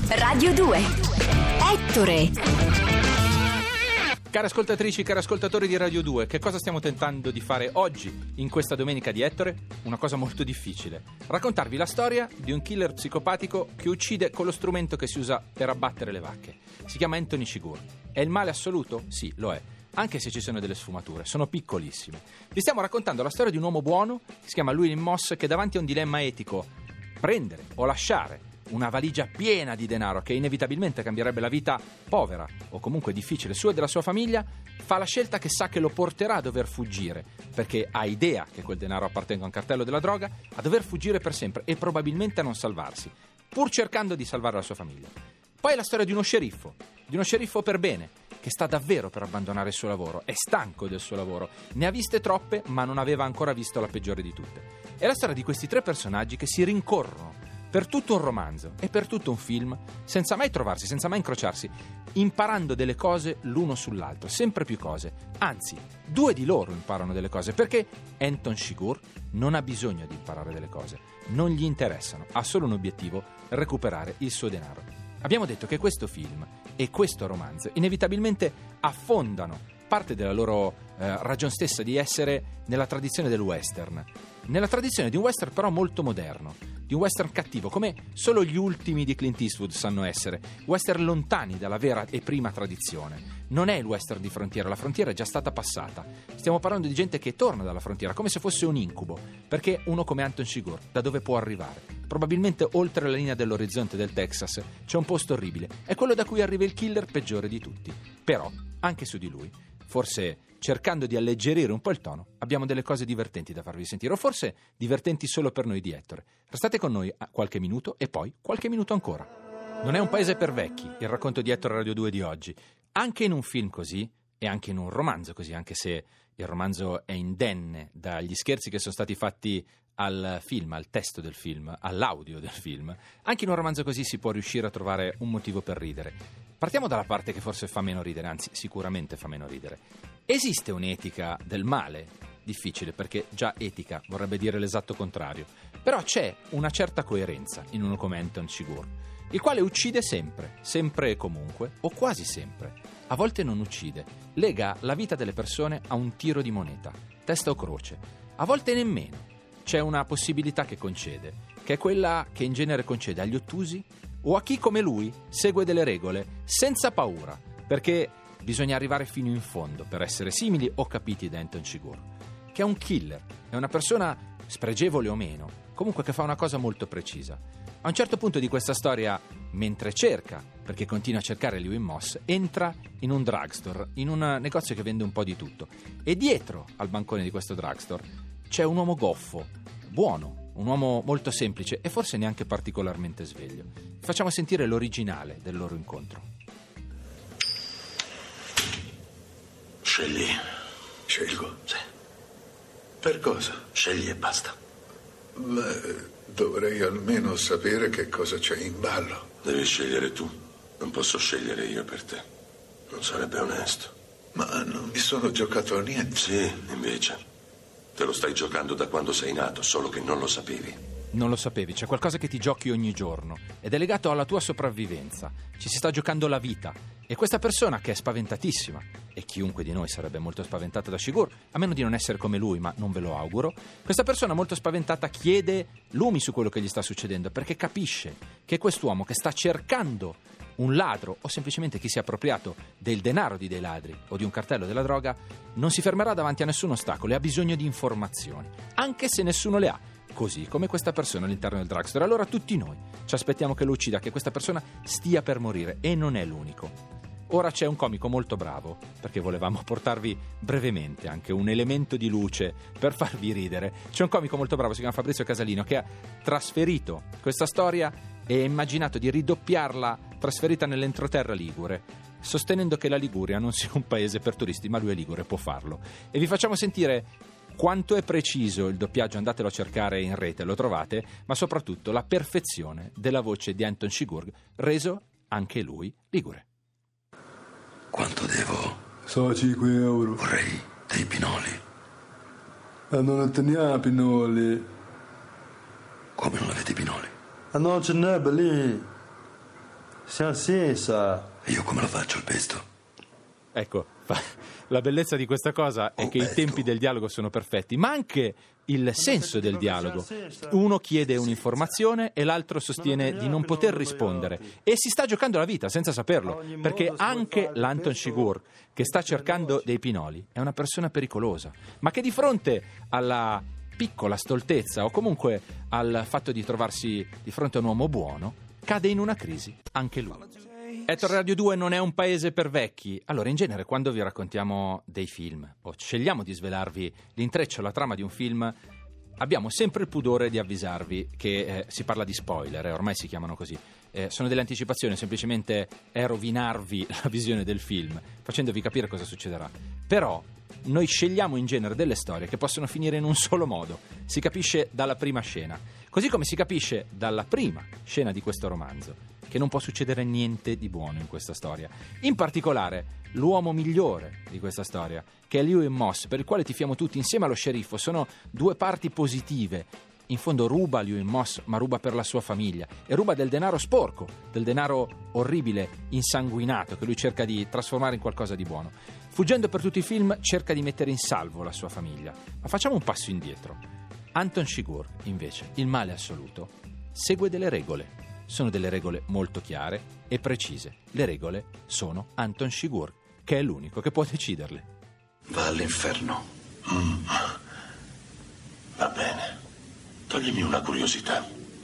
Radio 2. Ettore. Cari ascoltatrici, cari ascoltatori di Radio 2, che cosa stiamo tentando di fare oggi, in questa domenica di Ettore? Una cosa molto difficile. Raccontarvi la storia di un killer psicopatico che uccide con lo strumento che si usa per abbattere le vacche. Si chiama Anton Chigurh. È il male assoluto? Sì, lo è. Anche se ci sono delle sfumature, sono piccolissime. Vi stiamo raccontando la storia di un uomo buono, che si chiama Llewellyn Moss, che davanti a un dilemma etico, prendere o lasciare una valigia piena di denaro che inevitabilmente cambierebbe la vita povera o comunque difficile sua e della sua famiglia, fa la scelta che sa che lo porterà a dover fuggire, perché ha idea che quel denaro appartenga a un cartello della droga, a dover fuggire per sempre e probabilmente a non salvarsi, pur cercando di salvare la sua famiglia. Poi è la storia di uno sceriffo per bene, che sta davvero per abbandonare il suo lavoro, è stanco del suo lavoro, ne ha viste troppe ma non aveva ancora visto la peggiore di tutte. È la storia di questi tre personaggi che si rincorrono per tutto un romanzo e per tutto un film, senza mai trovarsi, senza mai incrociarsi, imparando delle cose l'uno sull'altro, sempre più cose. Anzi, due di loro imparano delle cose, perché Anton Chigurh non ha bisogno di imparare delle cose, non gli interessano, ha solo un obiettivo: recuperare il suo denaro. Abbiamo detto che questo film e questo romanzo inevitabilmente affondano parte della loro ragion stessa di essere nella tradizione del western, nella tradizione di un western però molto moderno, di un western cattivo, come solo gli ultimi di Clint Eastwood sanno essere, western lontani dalla vera e prima tradizione. Non è il western di frontiera, la frontiera è già stata passata. Stiamo parlando di gente che torna dalla frontiera, come se fosse un incubo, perché uno come Anton Chigurh, da dove può arrivare? Probabilmente oltre la linea dell'orizzonte del Texas c'è un posto orribile, è quello da cui arriva il killer peggiore di tutti. Però, anche su di lui, forse cercando di alleggerire un po' il tono, abbiamo delle cose divertenti da farvi sentire, o forse divertenti solo per noi di Ettore. Restate con noi a qualche minuto e poi qualche minuto ancora. Non è un paese per vecchi, il racconto di Ettore Radio 2 di oggi. Anche in un film così, e anche in un romanzo così, anche se il romanzo è indenne dagli scherzi che sono stati fatti al film, al testo del film, all'audio del film, anche in un romanzo così si può riuscire a trovare un motivo per ridere. Partiamo dalla parte che forse fa meno ridere, anzi sicuramente fa meno ridere. Esiste un'etica del male? Difficile, perché già etica vorrebbe dire l'esatto contrario. Però c'è una certa coerenza in uno come Anton Chigurh, il quale uccide sempre, sempre e comunque, o quasi sempre. A volte non uccide, lega la vita delle persone a un tiro di moneta, testa o croce. A volte nemmeno. C'è una possibilità che concede, che è quella che in genere concede agli ottusi o a chi come lui segue delle regole senza paura, perché bisogna arrivare fino in fondo per essere simili o capiti da Anton Chigurh, che è un killer, è una persona spregevole o meno, comunque che fa una cosa molto precisa. A un certo punto di questa storia, mentre cerca, perché continua a cercare Llewellyn Moss, entra in un drugstore, in un negozio che vende un po' di tutto, e dietro al bancone di questo drugstore c'è un uomo goffo, buono, un uomo molto semplice e forse neanche particolarmente sveglio. Facciamo sentire l'originale del loro incontro. Scegli. Scelgo? Sì. Per cosa? Scegli e basta. Beh, dovrei almeno sapere che cosa c'è in ballo. Devi scegliere tu. Non posso scegliere io per te. Non sarebbe onesto. Ma non mi sono giocato a niente. Sì, invece. Te lo stai giocando da quando sei nato, solo che non lo sapevi. Non lo sapevi, c'è qualcosa che ti giochi ogni giorno ed è legato alla tua sopravvivenza. Ci si sta giocando la vita. E questa persona che è spaventatissima, e chiunque di noi sarebbe molto spaventata da Chigurh, a meno di non essere come lui, ma non ve lo auguro, questa persona molto spaventata chiede lumi su quello che gli sta succedendo, perché capisce che quest'uomo che sta cercando un ladro o semplicemente chi si è appropriato del denaro di dei ladri o di un cartello della droga non si fermerà davanti a nessun ostacolo e ha bisogno di informazioni, anche se nessuno le ha. Così come questa persona all'interno del drugstore. Allora tutti noi ci aspettiamo che lo uccida, che questa persona stia per morire, e non è l'unico. Ora c'è un comico molto bravo, perché volevamo portarvi brevemente anche un elemento di luce per farvi ridere. C'è un comico molto bravo, si chiama Fabrizio Casalino, che ha trasferito questa storia e ha immaginato di ridoppiarla trasferita nell'entroterra ligure, sostenendo che la Liguria non sia un paese per turisti, ma lui è ligure, può farlo. E vi facciamo sentire quanto è preciso il doppiaggio, andatelo a cercare in rete, lo trovate, ma soprattutto la perfezione della voce di Anton Chigurh, reso anche lui ligure. Quanto devo? So 5 euro. Vorrei dei pinoli. Ma non teniamo pinoli. Come non avete i pinoli? Ah no, ce n'è lì. Si è accesa. E io come lo faccio il pesto? Ecco, la bellezza di questa cosa è che i tempi del dialogo sono perfetti, ma anche il senso del dialogo. Uno chiede un'informazione e l'altro sostiene di non poter rispondere e si sta giocando la vita senza saperlo, perché anche l'Anton Chigurh, che sta cercando dei pinoli, è una persona pericolosa, ma che di fronte alla piccola stoltezza o comunque al fatto di trovarsi di fronte a un uomo buono, cade in una crisi anche lui. Ettore Radio 2 non è un paese per vecchi. Allora, in genere, quando vi raccontiamo dei film o scegliamo di svelarvi l'intreccio, la trama di un film, abbiamo sempre il pudore di avvisarvi che si parla di spoiler, ormai si chiamano così. Sono delle anticipazioni, semplicemente è rovinarvi la visione del film, facendovi capire cosa succederà. Però noi scegliamo in genere delle storie che possono finire in un solo modo. Si capisce dalla prima scena, così come si capisce dalla prima scena di questo romanzo che non può succedere niente di buono in questa storia. In particolare, l'uomo migliore di questa storia, che è Lewin Moss, per il quale tifiamo tutti insieme allo sceriffo. Sono due parti positive. In fondo ruba Lewin Moss, ma ruba per la sua famiglia e ruba del denaro sporco, del denaro orribile, insanguinato, che lui cerca di trasformare in qualcosa di buono. Fuggendo per tutto il film, cerca di mettere in salvo la sua famiglia. Ma facciamo un passo indietro. Anton Chigurh, invece, il male assoluto, segue delle regole. Sono delle regole molto chiare e precise. Le regole sono Anton Chigurh, che è l'unico che può deciderle. Va all'inferno. Va bene. Toglimi una curiosità.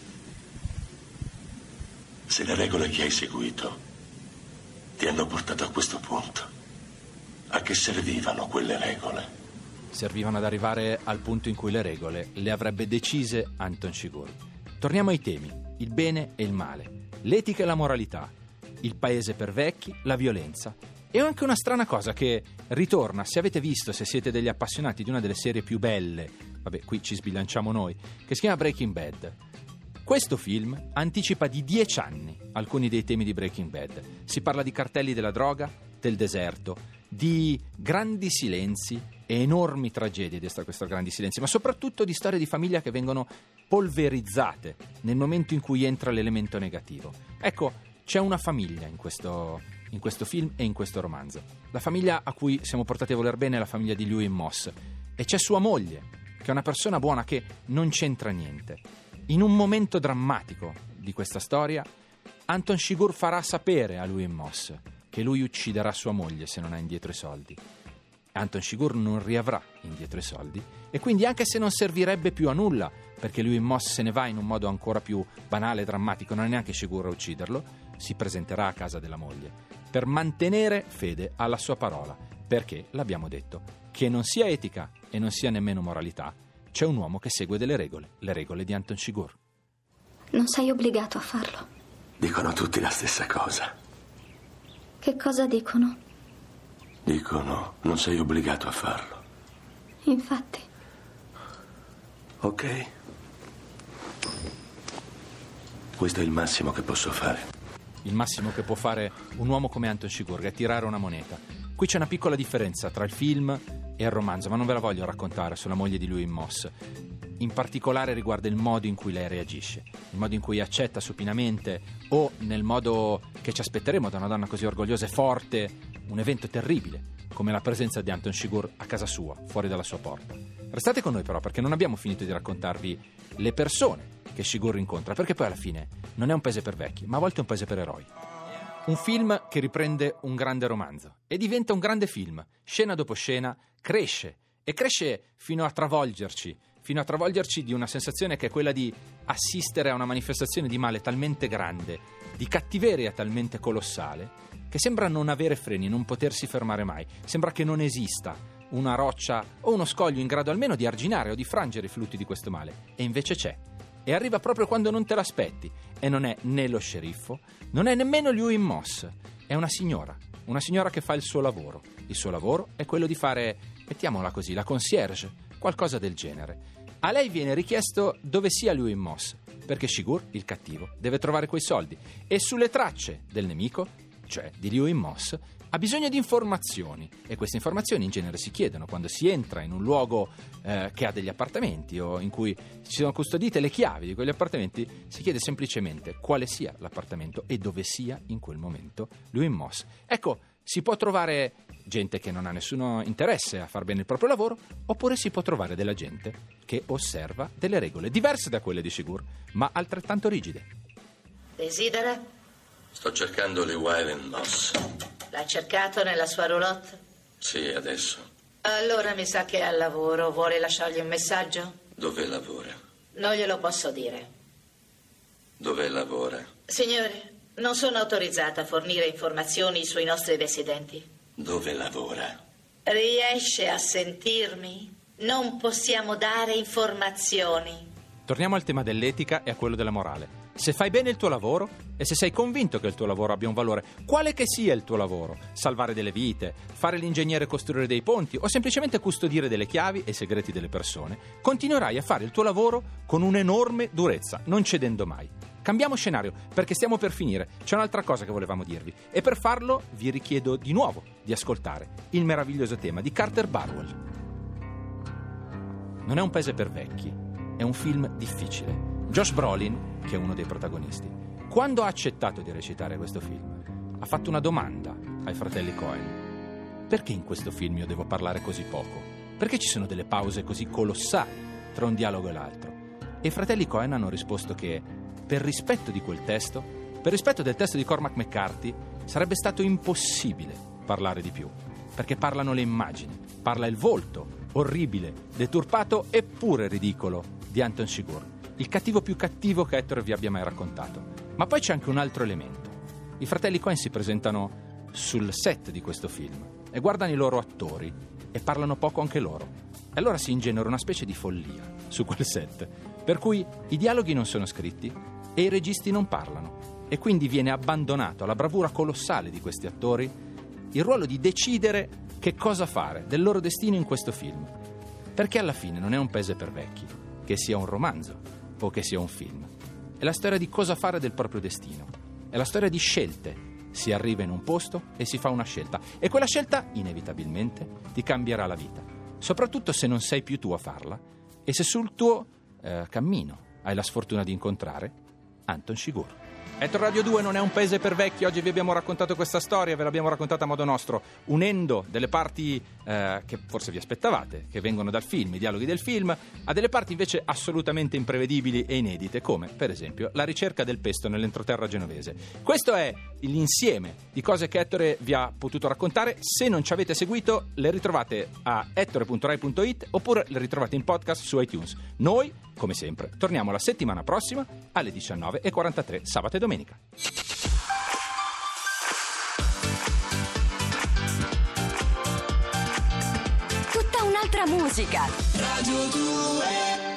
Se le regole che hai seguito ti hanno portato a questo punto, a che servivano quelle regole? Servivano ad arrivare al punto in cui le regole le avrebbe decise Anton Chigurh. Torniamo ai temi. Il bene e il male, l'etica e la moralità, il paese per vecchi, la violenza e anche una strana cosa che ritorna, se avete visto, se siete degli appassionati di una delle serie più belle, vabbè, qui ci sbilanciamo noi, che si chiama Breaking Bad. Questo film anticipa di 10 anni alcuni dei temi di Breaking Bad. Si parla di cartelli della droga, del deserto, di grandi silenzi e enormi tragedie di questi grandi silenzi, ma soprattutto di storie di famiglia che vengono polverizzate nel momento in cui entra l'elemento negativo. Ecco, c'è una famiglia in questo film e in questo romanzo. La famiglia a cui siamo portati a voler bene è la famiglia di Lewin Moss, e c'è sua moglie, che è una persona buona che non c'entra niente. In un momento drammatico di questa storia, Anton Chigurh farà sapere a Lewin Moss che lui ucciderà sua moglie se non ha indietro i soldi. Anton Chigurh non riavrà indietro i soldi e quindi, anche se non servirebbe più a nulla, perché Lewin Moss se ne va in un modo ancora più banale e drammatico, non è neanche Chigurh a ucciderlo, si presenterà a casa della moglie per mantenere fede alla sua parola, perché, l'abbiamo detto, che non sia etica e non sia nemmeno moralità, c'è un uomo che segue delle regole, le regole di Anton Chigurh. Non sei obbligato a farlo. Dicono tutti la stessa cosa. Che cosa dicono? Dicono, non sei obbligato a farlo. Infatti. Ok. Questo è il massimo che posso fare. Il massimo che può fare un uomo come Anton Chigurh è tirare una moneta. Qui c'è una piccola differenza tra il film e il romanzo, ma non ve la voglio raccontare sulla moglie di Lewin Moss. In particolare riguarda il modo in cui lei reagisce, il modo in cui accetta supinamente, o nel modo che ci aspetteremo da una donna così orgogliosa e forte, un evento terribile, come la presenza di Anton Chigurh a casa sua, fuori dalla sua porta. Restate con noi però, perché non abbiamo finito di raccontarvi le persone che Chigurh incontra, perché poi alla fine non è un paese per vecchi, ma a volte è un paese per eroi. Un film che riprende un grande romanzo e diventa un grande film. Scena dopo scena cresce, e cresce fino a travolgerci di una sensazione che è quella di assistere a una manifestazione di male talmente grande, di cattiveria talmente colossale, che sembra non avere freni, non potersi fermare mai. Sembra che non esista una roccia o uno scoglio in grado almeno di arginare o di frangere i flutti di questo male. E invece c'è. E arriva proprio quando non te l'aspetti. E non è né lo sceriffo, non è nemmeno Lewin Moss. È una signora che fa il suo lavoro. Il suo lavoro è quello di fare, mettiamola così, la concierge, qualcosa del genere. A lei viene richiesto dove sia Lewin Moss, perché Chigurh, il cattivo, deve trovare quei soldi. E sulle tracce del nemico cioè di Llewellyn Moss, ha bisogno di informazioni, e queste informazioni in genere si chiedono quando si entra in un luogo che ha degli appartamenti o in cui ci sono custodite le chiavi di quegli appartamenti. Si chiede semplicemente quale sia l'appartamento e dove sia in quel momento Llewellyn Moss. Ecco, si può trovare gente che non ha nessuno interesse a far bene il proprio lavoro, oppure si può trovare della gente che osserva delle regole diverse da quelle di Sigur, ma altrettanto rigide. Desidera? Sto cercando Llewellyn Moss. L'ha cercato nella sua roulotte? Sì, adesso. Allora mi sa che è al lavoro. Vuole lasciargli un messaggio? Dove lavora? Non glielo posso dire. Dove lavora? Signore, non sono autorizzata a fornire informazioni sui nostri residenti. Dove lavora? Riesce a sentirmi? Non possiamo dare informazioni. Torniamo al tema dell'etica e a quello della morale. Se fai bene il tuo lavoro e se sei convinto che il tuo lavoro abbia un valore, quale che sia il tuo lavoro, salvare delle vite, fare l'ingegnere e costruire dei ponti o semplicemente custodire delle chiavi e segreti delle persone, continuerai a fare il tuo lavoro con un'enorme durezza, non cedendo mai. Cambiamo scenario, perché stiamo per finire. C'è un'altra cosa che volevamo dirvi e per farlo vi richiedo di nuovo di ascoltare il meraviglioso tema di Carter Barwell. Non è un paese per vecchi, è un film difficile. Josh Brolin, che è uno dei protagonisti, quando ha accettato di recitare questo film, ha fatto una domanda ai fratelli Coen. Perché in questo film io devo parlare così poco? Perché ci sono delle pause così colossali tra un dialogo e l'altro? E i fratelli Coen hanno risposto che, per rispetto di quel testo, per rispetto del testo di Cormac McCarthy, sarebbe stato impossibile parlare di più, perché parlano le immagini, parla il volto orribile, deturpato eppure ridicolo di Anton Chigurh, il cattivo più cattivo che Ettore vi abbia mai raccontato. Ma poi c'è anche un altro elemento. I fratelli Coen si presentano sul set di questo film e guardano i loro attori e parlano poco anche loro. E allora si ingenera una specie di follia su quel set, per cui i dialoghi non sono scritti e i registi non parlano, e quindi viene abbandonato alla bravura colossale di questi attori il ruolo di decidere che cosa fare del loro destino in questo film. Perché alla fine non è un paese per vecchi, che sia un romanzo o che sia un film. È la storia di cosa fare del proprio destino. È la storia di scelte. Si arriva in un posto e si fa una scelta. E quella scelta, inevitabilmente, ti cambierà la vita. Soprattutto se non sei più tu a farla e se sul tuo cammino hai la sfortuna di incontrare Anton Chigurh. Ettore Radio 2 non è un paese per vecchi. Oggi vi abbiamo raccontato questa storia, ve l'abbiamo raccontata a modo nostro, unendo delle parti che forse vi aspettavate, che vengono dal film, i dialoghi del film, a delle parti invece assolutamente imprevedibili e inedite, come per esempio la ricerca del pesto nell'entroterra genovese. Questo è l'insieme di cose che Ettore vi ha potuto raccontare. Se non ci avete seguito, le ritrovate a ettore.rai.it oppure le ritrovate in podcast su iTunes. Noi, come sempre, torniamo la settimana prossima alle 19:43 sabato e domenica. Tutta un'altra musica. Radio 2